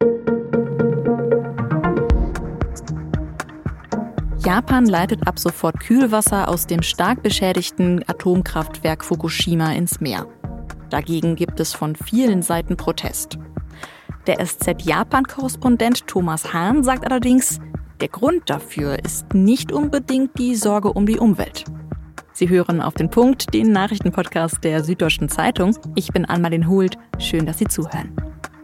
Japan leitet ab sofort Kühlwasser aus dem stark beschädigten Atomkraftwerk Fukushima ins Meer. Dagegen gibt es von vielen Seiten Protest. Der SZ-Japan-Korrespondent Thomas Hahn sagt allerdings, der Grund dafür ist nicht unbedingt die Sorge um die Umwelt. Sie hören auf den Punkt, den Nachrichtenpodcast der Süddeutschen Zeitung. Ich bin Ann-Marleen Hult. Schön, dass Sie zuhören.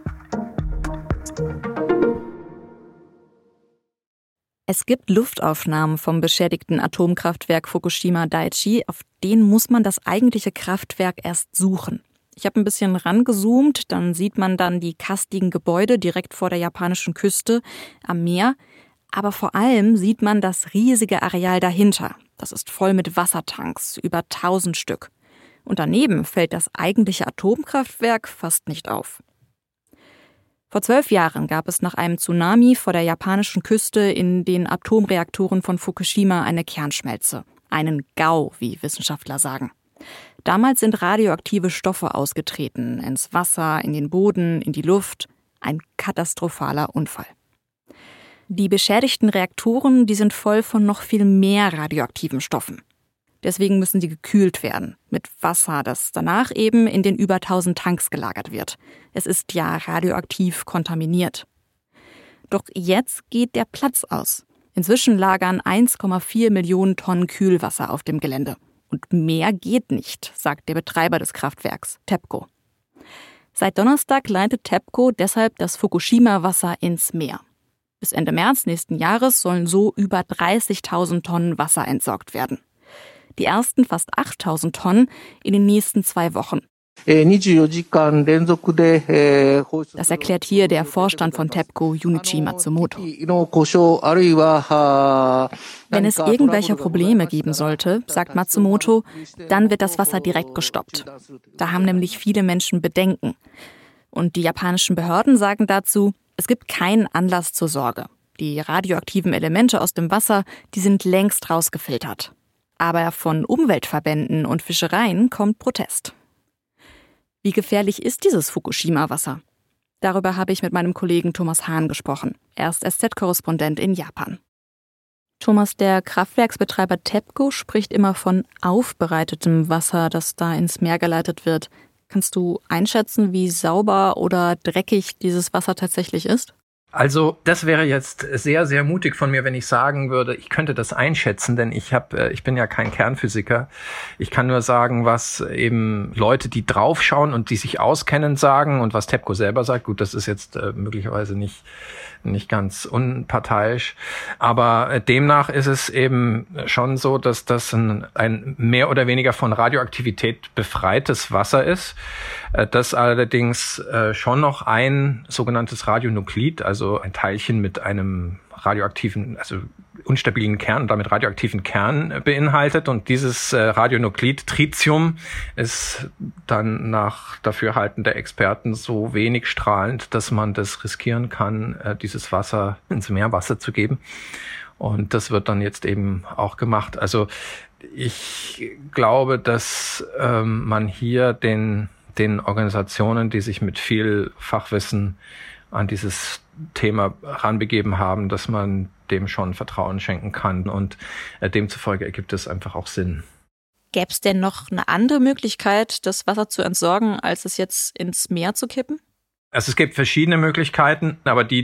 Es gibt Luftaufnahmen vom beschädigten Atomkraftwerk Fukushima Daiichi. Auf denen muss man das eigentliche Kraftwerk erst suchen. Ich habe ein bisschen rangezoomt, dann sieht man dann die kastigen Gebäude direkt vor der japanischen Küste am Meer. Aber vor allem sieht man das riesige Areal dahinter. Das ist voll mit Wassertanks, über 1000 Stück. Und daneben fällt das eigentliche Atomkraftwerk fast nicht auf. Vor 12 Jahren gab es nach einem Tsunami vor der japanischen Küste in den Atomreaktoren von Fukushima eine Kernschmelze. Einen GAU, wie Wissenschaftler sagen. Damals sind radioaktive Stoffe ausgetreten, ins Wasser, in den Boden, in die Luft. Ein katastrophaler Unfall. Die beschädigten Reaktoren, die sind voll von noch viel mehr radioaktiven Stoffen. Deswegen müssen sie gekühlt werden, mit Wasser, das danach eben in den über 1000 Tanks gelagert wird. Es ist ja radioaktiv kontaminiert. Doch jetzt geht der Platz aus. Inzwischen lagern 1,4 Millionen Tonnen Kühlwasser auf dem Gelände. Und mehr geht nicht, sagt der Betreiber des Kraftwerks, TEPCO. Seit Donnerstag leitet TEPCO deshalb das Fukushima-Wasser ins Meer. Bis Ende März nächsten Jahres sollen so über 30.000 Tonnen Wasser entsorgt werden. Die ersten fast 8.000 Tonnen in den nächsten 2 Wochen. Das erklärt hier der Vorstand von TEPCO, Junichi Matsumoto. Wenn es irgendwelche Probleme geben sollte, sagt Matsumoto, dann wird das Wasser direkt gestoppt. Da haben nämlich viele Menschen Bedenken. Und die japanischen Behörden sagen dazu, es gibt keinen Anlass zur Sorge. Die radioaktiven Elemente aus dem Wasser, die sind längst rausgefiltert. Aber von Umweltverbänden und Fischereien kommt Protest. Wie gefährlich ist dieses Fukushima-Wasser? Darüber habe ich mit meinem Kollegen Thomas Hahn gesprochen. Er ist SZ-Korrespondent in Japan. Thomas, der Kraftwerksbetreiber TEPCO spricht immer von aufbereitetem Wasser, das da ins Meer geleitet wird. Kannst du einschätzen, wie sauber oder dreckig dieses Wasser tatsächlich ist? Also das wäre jetzt sehr, sehr mutig von mir, wenn ich sagen würde, ich könnte das einschätzen, denn ich bin ja kein Kernphysiker. Ich kann nur sagen, was eben Leute, die draufschauen und die sich auskennen, sagen und was TEPCO selber sagt. Gut, das ist jetzt möglicherweise nicht ganz unparteiisch, aber demnach ist es eben schon so, dass das ein mehr oder weniger von Radioaktivität befreites Wasser ist, das allerdings schon noch ein sogenanntes Radionuklid, also ein Teilchen mit einem radioaktiven, also unstabilen Kern, damit radioaktiven Kern beinhaltet. Und dieses Radionuklid Tritium ist dann nach Dafürhalten der Experten so wenig strahlend, dass man das riskieren kann, dieses Wasser ins Meerwasser zu geben. Und das wird dann jetzt eben auch gemacht. Also ich glaube, dass man hier den Organisationen, die sich mit viel Fachwissen an dieses Thema ranbegeben haben, dass man dem schon Vertrauen schenken kann. Und demzufolge ergibt es einfach auch Sinn. Gäbe es denn noch eine andere Möglichkeit, das Wasser zu entsorgen, als es jetzt ins Meer zu kippen? Also es gibt verschiedene Möglichkeiten, aber die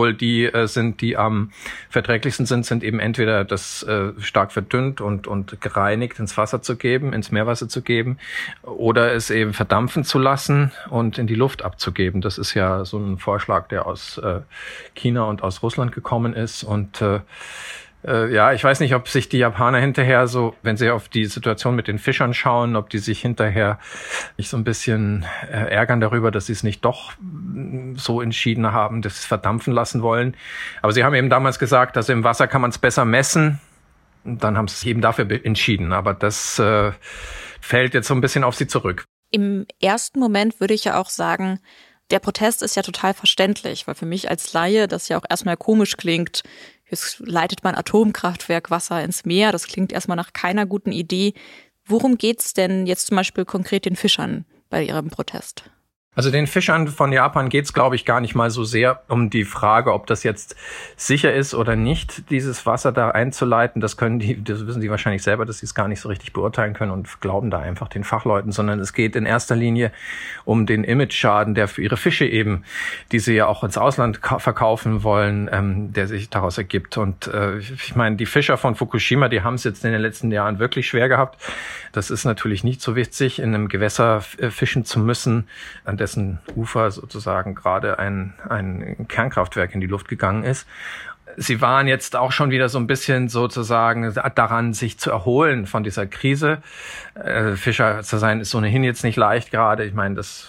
sind, die am verträglichsten sind eben entweder das stark verdünnt und gereinigt ins Wasser zu geben, ins Meerwasser zu geben, oder es eben verdampfen zu lassen und in die Luft abzugeben. Das ist ja so ein Vorschlag, der aus China und aus Russland gekommen ist. Und ich weiß nicht, ob sich die Japaner hinterher so, wenn sie auf die Situation mit den Fischern schauen, ob die sich hinterher nicht so ein bisschen ärgern darüber, dass sie es nicht doch so entschieden haben, das verdampfen lassen wollen. Aber sie haben eben damals gesagt, dass im Wasser kann man es besser messen. Und dann haben sie sich eben dafür entschieden. Aber das fällt jetzt so ein bisschen auf sie zurück. Im ersten Moment würde ich ja auch sagen, der Protest ist ja total verständlich, weil für mich als Laie das ja auch erstmal komisch klingt. Jetzt leitet man Atomkraftwerk Wasser ins Meer. Das klingt erstmal nach keiner guten Idee. Worum geht's denn jetzt zum Beispiel konkret den Fischern bei ihrem Protest? Also den Fischern von Japan geht's, glaube ich, gar nicht mal so sehr um die Frage, ob das jetzt sicher ist oder nicht, dieses Wasser da einzuleiten. Das wissen die wahrscheinlich selber, dass sie es gar nicht so richtig beurteilen können und glauben da einfach den Fachleuten, sondern es geht in erster Linie um den Image-Schaden, der für ihre Fische eben, die sie ja auch ins Ausland verkaufen wollen, der sich daraus ergibt. Und ich meine, die Fischer von Fukushima, die haben es jetzt in den letzten Jahren wirklich schwer gehabt. Das ist natürlich nicht so witzig, in einem Gewässer fischen zu müssen, an dessen Ufer sozusagen gerade ein Kernkraftwerk in die Luft gegangen ist. Sie waren jetzt auch schon wieder so ein bisschen sozusagen daran, sich zu erholen von dieser Krise. Fischer zu sein ist ohnehin jetzt nicht leicht gerade. Ich meine, das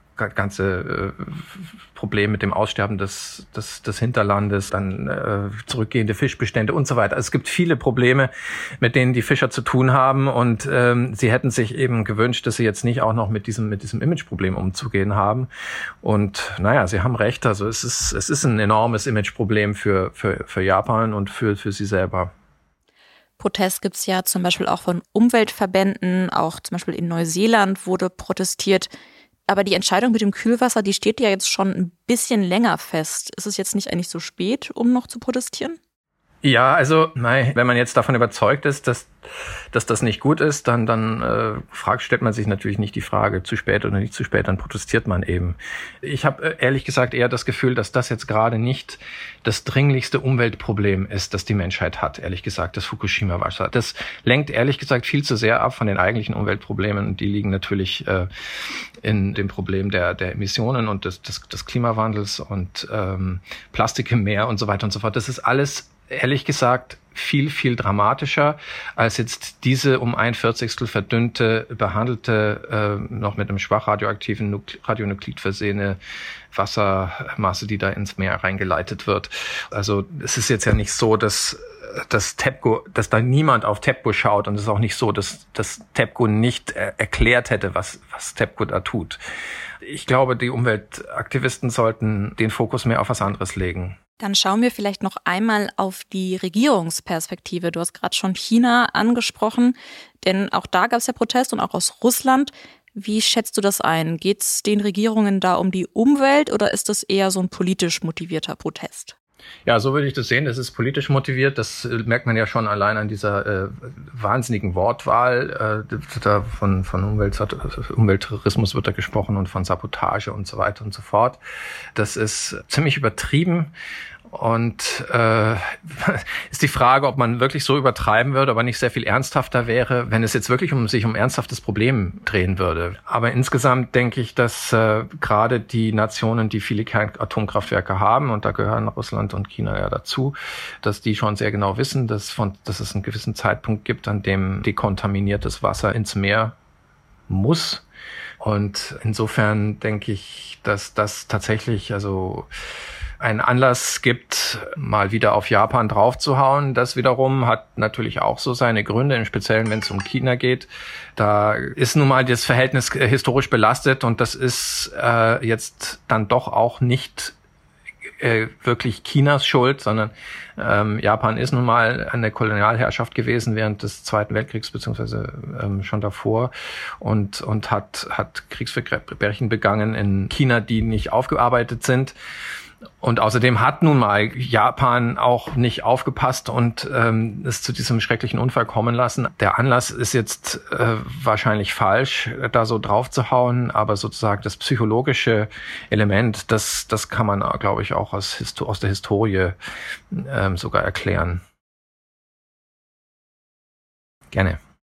ganze Problem mit dem Aussterben des Hinterlandes, dann zurückgehende Fischbestände und so weiter. Also es gibt viele Probleme, mit denen die Fischer zu tun haben, und sie hätten sich eben gewünscht, dass sie jetzt nicht auch noch mit diesem Imageproblem umzugehen haben. Und naja, sie haben recht, also es ist ein enormes Imageproblem für Japan und für sie selber. Protest gibt's ja zum Beispiel auch von Umweltverbänden, auch zum Beispiel in Neuseeland wurde protestiert. Aber die Entscheidung mit dem Kühlwasser, die steht ja jetzt schon ein bisschen länger fest. Ist es jetzt nicht eigentlich so spät, um noch zu protestieren? Ja, also wenn man jetzt davon überzeugt ist, dass das nicht gut ist, dann stellt man sich natürlich nicht die Frage, zu spät oder nicht zu spät, dann protestiert man eben. Ich habe ehrlich gesagt eher das Gefühl, dass das jetzt gerade nicht das dringlichste Umweltproblem ist, das die Menschheit hat, ehrlich gesagt, das Fukushima-Wasser. Das lenkt ehrlich gesagt viel zu sehr ab von den eigentlichen Umweltproblemen, und die liegen natürlich in dem Problem der Emissionen und des Klimawandels und Plastik im Meer und so weiter und so fort. Das ist alles ehrlich gesagt viel, viel dramatischer als jetzt diese um 1/40 verdünnte, behandelte, noch mit einem schwach radioaktiven Radionuklid versehene Wassermasse, die da ins Meer reingeleitet wird. Also es ist jetzt ja nicht so, dass da niemand auf TEPCO schaut, und es ist auch nicht so, dass TEPCO nicht erklärt hätte, was TEPCO da tut. Ich glaube, die Umweltaktivisten sollten den Fokus mehr auf was anderes legen. Dann schauen wir vielleicht noch einmal auf die Regierungsperspektive. Du hast gerade schon China angesprochen, denn auch da gab es ja Protest, und auch aus Russland. Wie schätzt du das ein? Geht es den Regierungen da um die Umwelt, oder ist das eher so ein politisch motivierter Protest? Ja, so würde ich das sehen. Das ist politisch motiviert. Das merkt man ja schon allein an dieser wahnsinnigen Wortwahl. Da von Umwelttourismus wird da gesprochen und von Sabotage und so weiter und so fort. Das ist ziemlich übertrieben. Und ist die Frage, ob man wirklich so übertreiben würde, aber nicht sehr viel ernsthafter wäre, wenn es jetzt wirklich sich um ein ernsthaftes Problem drehen würde. Aber insgesamt denke ich, dass gerade die Nationen, die viele Atomkraftwerke haben, und da gehören Russland und China ja dazu, dass die schon sehr genau wissen, dass es einen gewissen Zeitpunkt gibt, an dem dekontaminiertes Wasser ins Meer muss. Und insofern denke ich, dass das tatsächlich einen Anlass gibt, mal wieder auf Japan draufzuhauen. Das wiederum hat natürlich auch so seine Gründe, im Speziellen, wenn es um China geht. Da ist nun mal das Verhältnis historisch belastet, und das ist jetzt dann doch auch nicht wirklich Chinas Schuld, sondern Japan ist nun mal eine Kolonialherrschaft gewesen während des Zweiten Weltkriegs, beziehungsweise schon davor, und hat Kriegsverbrechen begangen in China, die nicht aufgearbeitet sind. Und außerdem hat nun mal Japan auch nicht aufgepasst und es zu diesem schrecklichen Unfall kommen lassen. Der Anlass ist jetzt wahrscheinlich falsch, da so drauf zu hauen, aber sozusagen das psychologische Element, das kann man, glaube ich, auch aus der Historie sogar erklären. Gerne.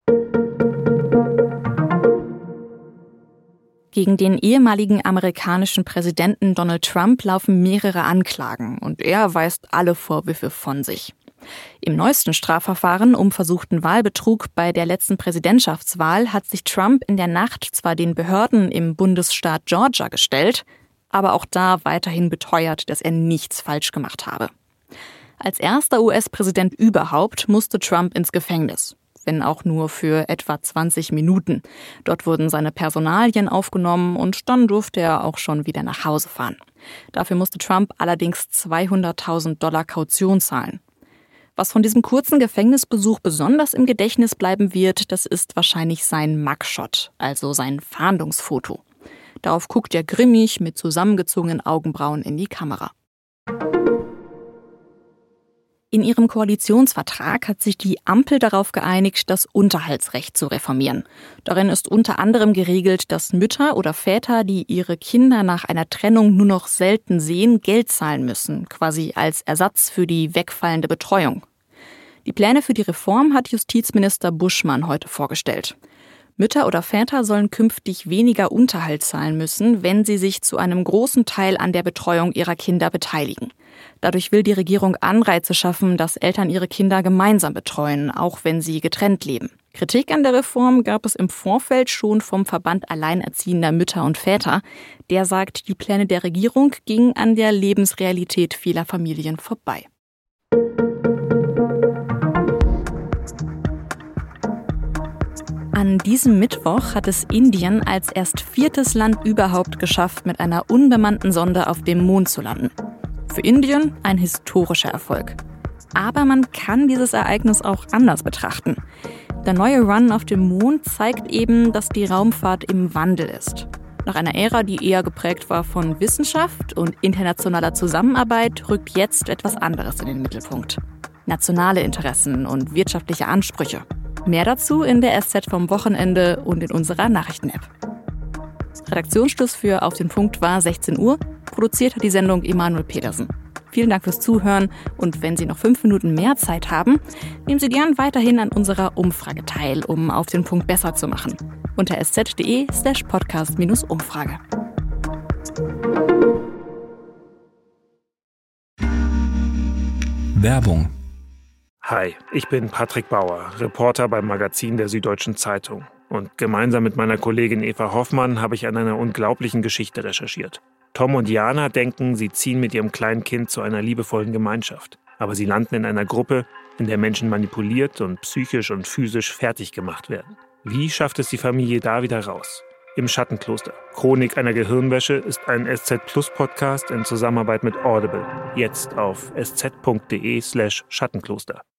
Gegen den ehemaligen amerikanischen Präsidenten Donald Trump laufen mehrere Anklagen, und er weist alle Vorwürfe von sich. Im neuesten Strafverfahren um versuchten Wahlbetrug bei der letzten Präsidentschaftswahl hat sich Trump in der Nacht zwar den Behörden im Bundesstaat Georgia gestellt, aber auch da weiterhin beteuert, dass er nichts falsch gemacht habe. Als erster US-Präsident überhaupt musste Trump ins Gefängnis, wenn auch nur für etwa 20 Minuten. Dort wurden seine Personalien aufgenommen, und dann durfte er auch schon wieder nach Hause fahren. Dafür musste Trump allerdings $200.000 Kaution zahlen. Was von diesem kurzen Gefängnisbesuch besonders im Gedächtnis bleiben wird, das ist wahrscheinlich sein Mugshot, also sein Fahndungsfoto. Darauf guckt er grimmig mit zusammengezogenen Augenbrauen in die Kamera. In ihrem Koalitionsvertrag hat sich die Ampel darauf geeinigt, das Unterhaltsrecht zu reformieren. Darin ist unter anderem geregelt, dass Mütter oder Väter, die ihre Kinder nach einer Trennung nur noch selten sehen, Geld zahlen müssen, quasi als Ersatz für die wegfallende Betreuung. Die Pläne für die Reform hat Justizminister Buschmann heute vorgestellt. Mütter oder Väter sollen künftig weniger Unterhalt zahlen müssen, wenn sie sich zu einem großen Teil an der Betreuung ihrer Kinder beteiligen. Dadurch will die Regierung Anreize schaffen, dass Eltern ihre Kinder gemeinsam betreuen, auch wenn sie getrennt leben. Kritik an der Reform gab es im Vorfeld schon vom Verband Alleinerziehender Mütter und Väter. Der sagt, die Pläne der Regierung gingen an der Lebensrealität vieler Familien vorbei. An diesem Mittwoch hat es Indien als erst 4. Land überhaupt geschafft, mit einer unbemannten Sonde auf dem Mond zu landen. Für Indien ein historischer Erfolg. Aber man kann dieses Ereignis auch anders betrachten. Der neue Run auf dem Mond zeigt eben, dass die Raumfahrt im Wandel ist. Nach einer Ära, die eher geprägt war von Wissenschaft und internationaler Zusammenarbeit, rückt jetzt etwas anderes in den Mittelpunkt. Nationale Interessen und wirtschaftliche Ansprüche. Mehr dazu in der SZ vom Wochenende und in unserer Nachrichten-App. Redaktionsschluss für Auf den Punkt war 16 Uhr. Produziert hat die Sendung Emanuel Petersen. Vielen Dank fürs Zuhören und wenn Sie noch 5 Minuten mehr Zeit haben, nehmen Sie gern weiterhin an unserer Umfrage teil, um Auf den Punkt besser zu machen. Unter sz.de/podcast-Umfrage. Werbung. Hi, ich bin Patrick Bauer, Reporter beim Magazin der Süddeutschen Zeitung. Und gemeinsam mit meiner Kollegin Eva Hoffmann habe ich an einer unglaublichen Geschichte recherchiert. Tom und Jana denken, sie ziehen mit ihrem kleinen Kind zu einer liebevollen Gemeinschaft. Aber sie landen in einer Gruppe, in der Menschen manipuliert und psychisch und physisch fertig gemacht werden. Wie schafft es die Familie da wieder raus? Im Schattenkloster. Chronik einer Gehirnwäsche ist ein SZ-Plus-Podcast in Zusammenarbeit mit Audible. Jetzt auf sz.de/Schattenkloster.